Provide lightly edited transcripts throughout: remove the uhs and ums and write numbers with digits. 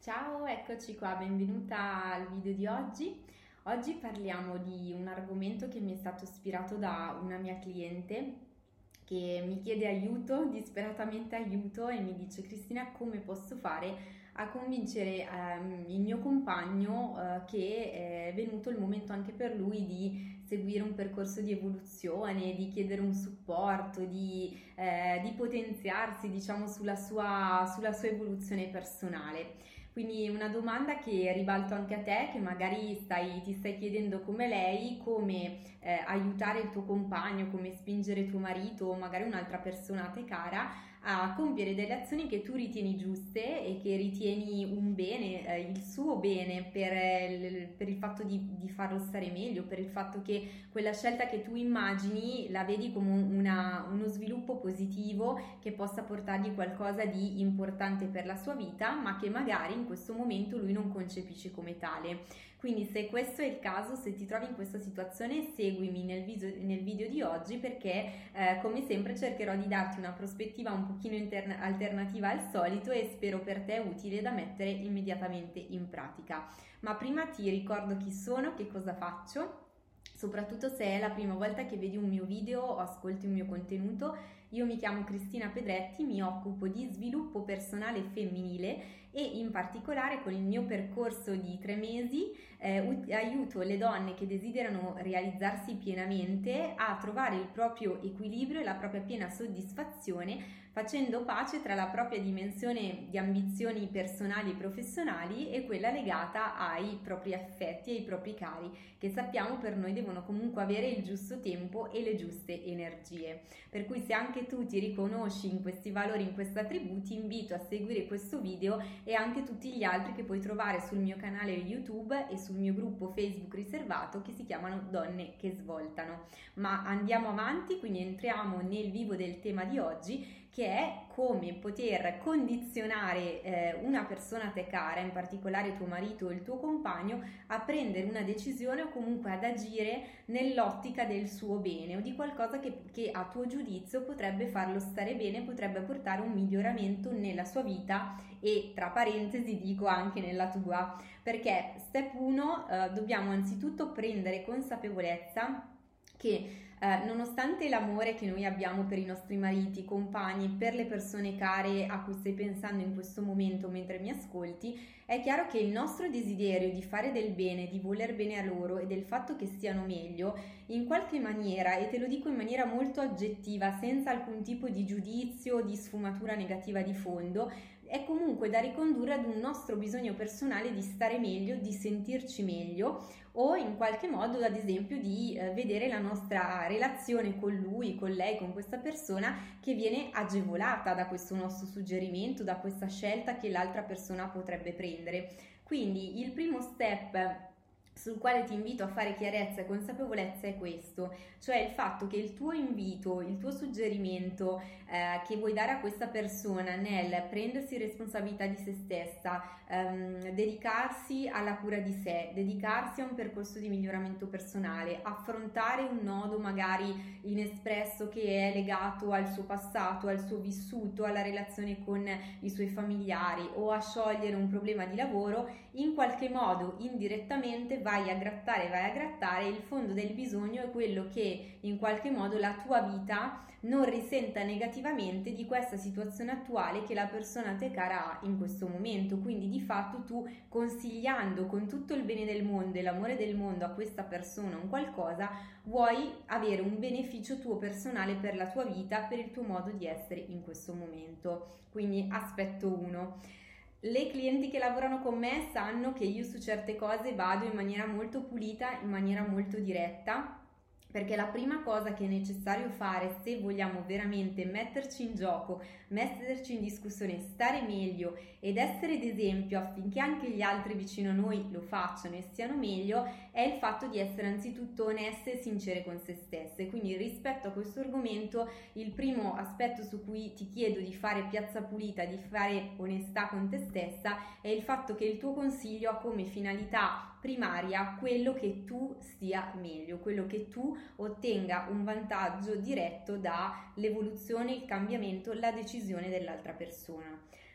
Ciao, eccoci qua, benvenuta al video di oggi. Oggi parliamo di un argomento che mi è stato ispirato da una mia cliente che mi chiede aiuto, disperatamente aiuto, e mi dice: Cristina, come posso fare a convincere il mio compagno che è venuto il momento anche per lui di seguire un percorso di evoluzione, di chiedere un supporto, di potenziarsi, diciamo, sulla sua evoluzione personale. Quindi una domanda che ribalto anche a te, che magari ti stai chiedendo come lei, come aiutare il tuo compagno, come spingere tuo marito o magari un'altra persona a te cara a compiere delle azioni che tu ritieni giuste e che ritieni un bene, il suo bene per il fatto di farlo stare meglio, per il fatto che quella scelta che tu immagini la vedi come uno sviluppo positivo che possa portargli qualcosa di importante per la sua vita, ma che magari in questo momento lui non concepisce come tale. Quindi se questo è il caso, se ti trovi in questa situazione, seguimi nel video di oggi, perché come sempre cercherò di darti una prospettiva un pochino alternativa al solito e spero per te utile da mettere immediatamente in pratica. Ma prima ti ricordo chi sono, che cosa faccio. Soprattutto se è la prima volta che vedi un mio video o ascolti un mio contenuto, io mi chiamo Cristina Pedretti, mi occupo di sviluppo personale femminile e in particolare con il mio percorso di 3 mesi aiuto le donne che desiderano realizzarsi pienamente a trovare il proprio equilibrio e la propria piena soddisfazione, facendo pace tra la propria dimensione di ambizioni personali e professionali e quella legata ai propri affetti e ai propri cari, che sappiamo per noi devono comunque avere il giusto tempo e le giuste energie. Per cui se anche tu ti riconosci in questi valori, in questa tribù, ti invito a seguire questo video e anche tutti gli altri che puoi trovare sul mio canale YouTube e sul mio gruppo Facebook riservato che si chiamano Donne che Svoltano. Ma andiamo avanti, quindi entriamo nel vivo del tema di oggi, che è come poter condizionare una persona a te cara, in particolare tuo marito o il tuo compagno, a prendere una decisione o comunque ad agire nell'ottica del suo bene o di qualcosa che a tuo giudizio potrebbe farlo stare bene, potrebbe portare un miglioramento nella sua vita e, tra parentesi, dico anche nella tua. Perché step 1, dobbiamo anzitutto prendere consapevolezza che nonostante l'amore che noi abbiamo per i nostri mariti, compagni, per le persone care a cui stai pensando in questo momento mentre mi ascolti, è chiaro che il nostro desiderio di fare del bene, di voler bene a loro e del fatto che stiano meglio, in qualche maniera, e te lo dico in maniera molto oggettiva, senza alcun tipo di giudizio o di sfumatura negativa di fondo, è comunque da ricondurre ad un nostro bisogno personale di stare meglio, di sentirci meglio, o in qualche modo, ad esempio, di vedere la nostra relazione con lui, con lei, con questa persona che viene agevolata da questo nostro suggerimento, da questa scelta che l'altra persona potrebbe prendere. Quindi il primo step sul quale ti invito a fare chiarezza e consapevolezza è questo, cioè il fatto che il tuo invito, il tuo suggerimento che vuoi dare a questa persona nel prendersi responsabilità di se stessa, dedicarsi alla cura di sé, dedicarsi a un percorso di miglioramento personale, affrontare un nodo magari inespresso che è legato al suo passato, al suo vissuto, alla relazione con i suoi familiari o a sciogliere un problema di lavoro, in qualche modo indirettamente vai a grattare il fondo del bisogno è quello che in qualche modo la tua vita non risenta negativamente di questa situazione attuale che la persona a te cara ha in questo momento. Quindi di fatto tu, consigliando con tutto il bene del mondo e l'amore del mondo a questa persona un qualcosa, vuoi avere un beneficio tuo personale per la tua vita, per il tuo modo di essere in questo momento. Quindi aspetto 1. Le clienti che lavorano con me sanno che io su certe cose vado in maniera molto pulita, in maniera molto diretta, perché la prima cosa che è necessario fare se vogliamo veramente metterci in gioco, metterci in discussione, stare meglio ed essere d'esempio affinché anche gli altri vicino a noi lo facciano e stiano meglio, è il fatto di essere anzitutto oneste e sincere con se stesse. Quindi rispetto a questo argomento, il primo aspetto su cui ti chiedo di fare piazza pulita, di fare onestà con te stessa, è il fatto che il tuo consiglio ha come finalità primaria quello che tu stia meglio, quello che tu ottenga un vantaggio diretto dall'evoluzione, il cambiamento, la decisione dell'altra persona.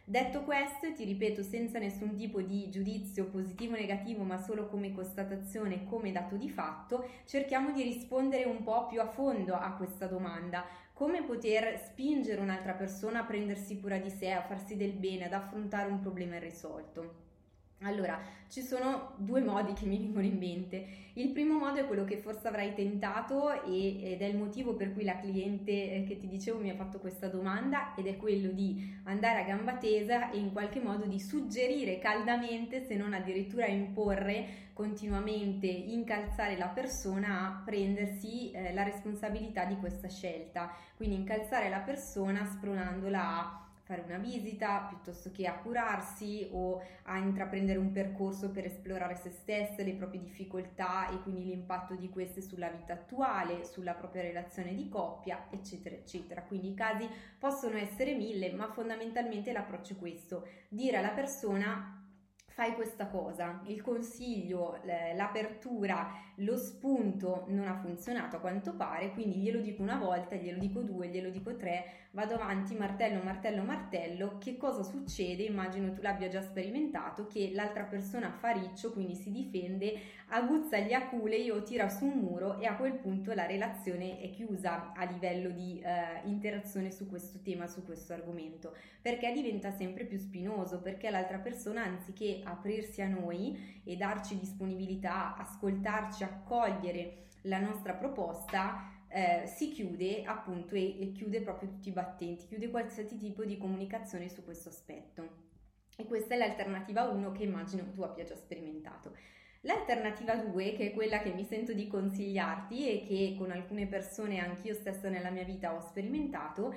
Detto questo, e ti ripeto senza nessun tipo di giudizio positivo o negativo, ma solo come constatazione, come dato di fatto, cerchiamo di rispondere un po' più a fondo a questa domanda. Come poter spingere un'altra persona a prendersi cura di sé, a farsi del bene, ad affrontare un problema irrisolto? Allora, ci sono due modi che mi vengono in mente. Il primo modo è quello che forse avrai tentato ed è il motivo per cui la cliente che ti dicevo mi ha fatto questa domanda, ed è quello di andare a gamba tesa e in qualche modo di suggerire caldamente, se non addirittura imporre continuamente, incalzare la persona a prendersi la responsabilità di questa scelta. Quindi incalzare la persona spronandola a fare una visita piuttosto che a curarsi o a intraprendere un percorso per esplorare se stesse, le proprie difficoltà e quindi l'impatto di queste sulla vita attuale, sulla propria relazione di coppia, eccetera, eccetera. Quindi i casi possono essere mille, ma fondamentalmente l'approccio è questo: dire alla persona: fai questa cosa. Il consiglio, l'apertura, lo spunto non ha funzionato a quanto pare, quindi glielo dico una volta, glielo dico due, glielo dico tre, vado avanti, martello, martello, martello. Che cosa succede? Immagino tu l'abbia già sperimentato, che l'altra persona fa riccio, quindi si difende, aguzza gli aculei o tira su un muro, e a quel punto la relazione è chiusa a livello di interazione su questo tema, su questo argomento, perché diventa sempre più spinoso, perché l'altra persona, anziché aprirsi a noi e darci disponibilità, ascoltarci, accogliere la nostra proposta, si chiude appunto e chiude proprio tutti i battenti, chiude qualsiasi tipo di comunicazione su questo aspetto. E questa è l'alternativa 1 che immagino tu abbia già sperimentato. L'alternativa 2, che è quella che mi sento di consigliarti e che con alcune persone anch'io stessa nella mia vita ho sperimentato,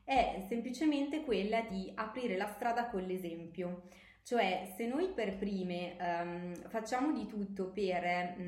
è semplicemente quella di aprire la strada con l'esempio. Cioè, se noi per prime facciamo di tutto per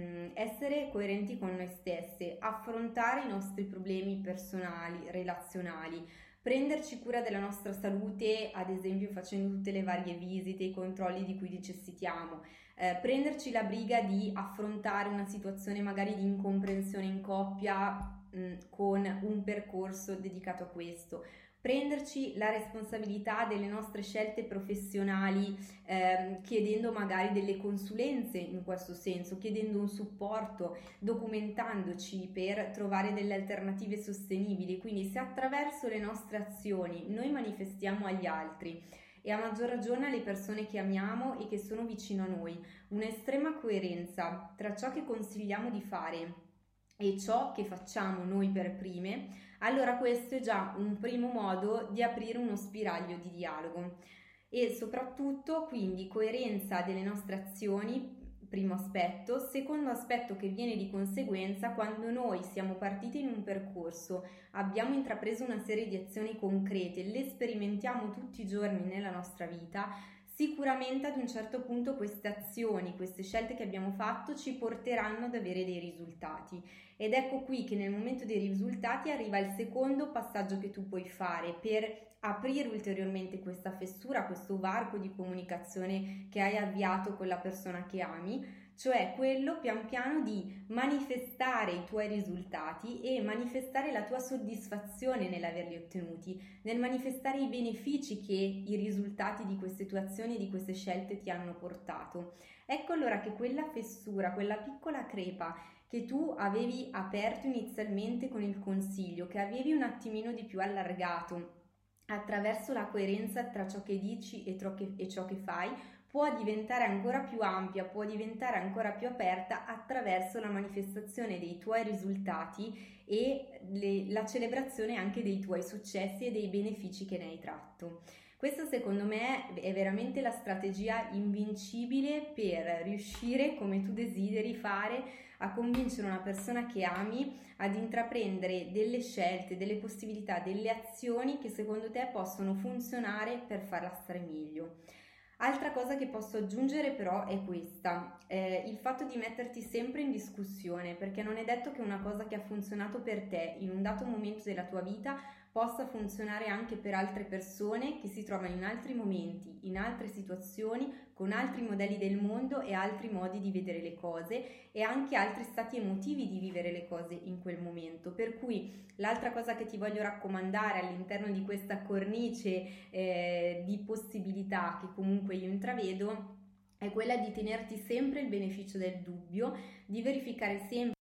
essere coerenti con noi stesse, affrontare i nostri problemi personali, relazionali, prenderci cura della nostra salute, ad esempio facendo tutte le varie visite, i controlli di cui necessitiamo, prenderci la briga di affrontare una situazione magari di incomprensione in coppia con un percorso dedicato a questo, prenderci la responsabilità delle nostre scelte professionali, chiedendo magari delle consulenze in questo senso, chiedendo un supporto, documentandoci per trovare delle alternative sostenibili. Quindi se attraverso le nostre azioni noi manifestiamo agli altri, e a maggior ragione alle persone che amiamo e che sono vicino a noi, un'estrema coerenza tra ciò che consigliamo di fare e ciò che facciamo noi per prime, allora questo è già un primo modo di aprire uno spiraglio di dialogo. E soprattutto quindi coerenza delle nostre azioni, primo aspetto. Secondo aspetto che viene di conseguenza: quando noi siamo partiti in un percorso, abbiamo intrapreso una serie di azioni concrete, le sperimentiamo tutti i giorni nella nostra vita, sicuramente ad un certo punto queste azioni, queste scelte che abbiamo fatto ci porteranno ad avere dei risultati. Ed ecco qui che nel momento dei risultati arriva il secondo passaggio che tu puoi fare per aprire ulteriormente questa fessura, questo varco di comunicazione che hai avviato con la persona che ami, cioè quello pian piano di manifestare i tuoi risultati e manifestare la tua soddisfazione nell'averli ottenuti, nel manifestare i benefici che i risultati di queste tue azioni e di queste scelte ti hanno portato. Ecco allora che quella fessura, quella piccola crepa che tu avevi aperto inizialmente con il consiglio, che avevi un attimino di più allargato attraverso la coerenza tra ciò che dici e ciò che fai, può diventare ancora più ampia, può diventare ancora più aperta attraverso la manifestazione dei tuoi risultati e la celebrazione anche dei tuoi successi e dei benefici che ne hai tratto. Questa secondo me è veramente la strategia invincibile per riuscire, come tu desideri fare, a convincere una persona che ami ad intraprendere delle scelte, delle possibilità, delle azioni che secondo te possono funzionare per farla stare meglio. Altra cosa che posso aggiungere però è questa, il fatto di metterti sempre in discussione, perché non è detto che una cosa che ha funzionato per te in un dato momento della tua vita possa funzionare anche per altre persone che si trovano in altri momenti, in altre situazioni, con altri modelli del mondo e altri modi di vedere le cose e anche altri stati emotivi di vivere le cose in quel momento. Per cui l'altra cosa che ti voglio raccomandare all'interno di questa cornice di possibilità che comunque io intravedo è quella di tenerti sempre il beneficio del dubbio, di verificare sempre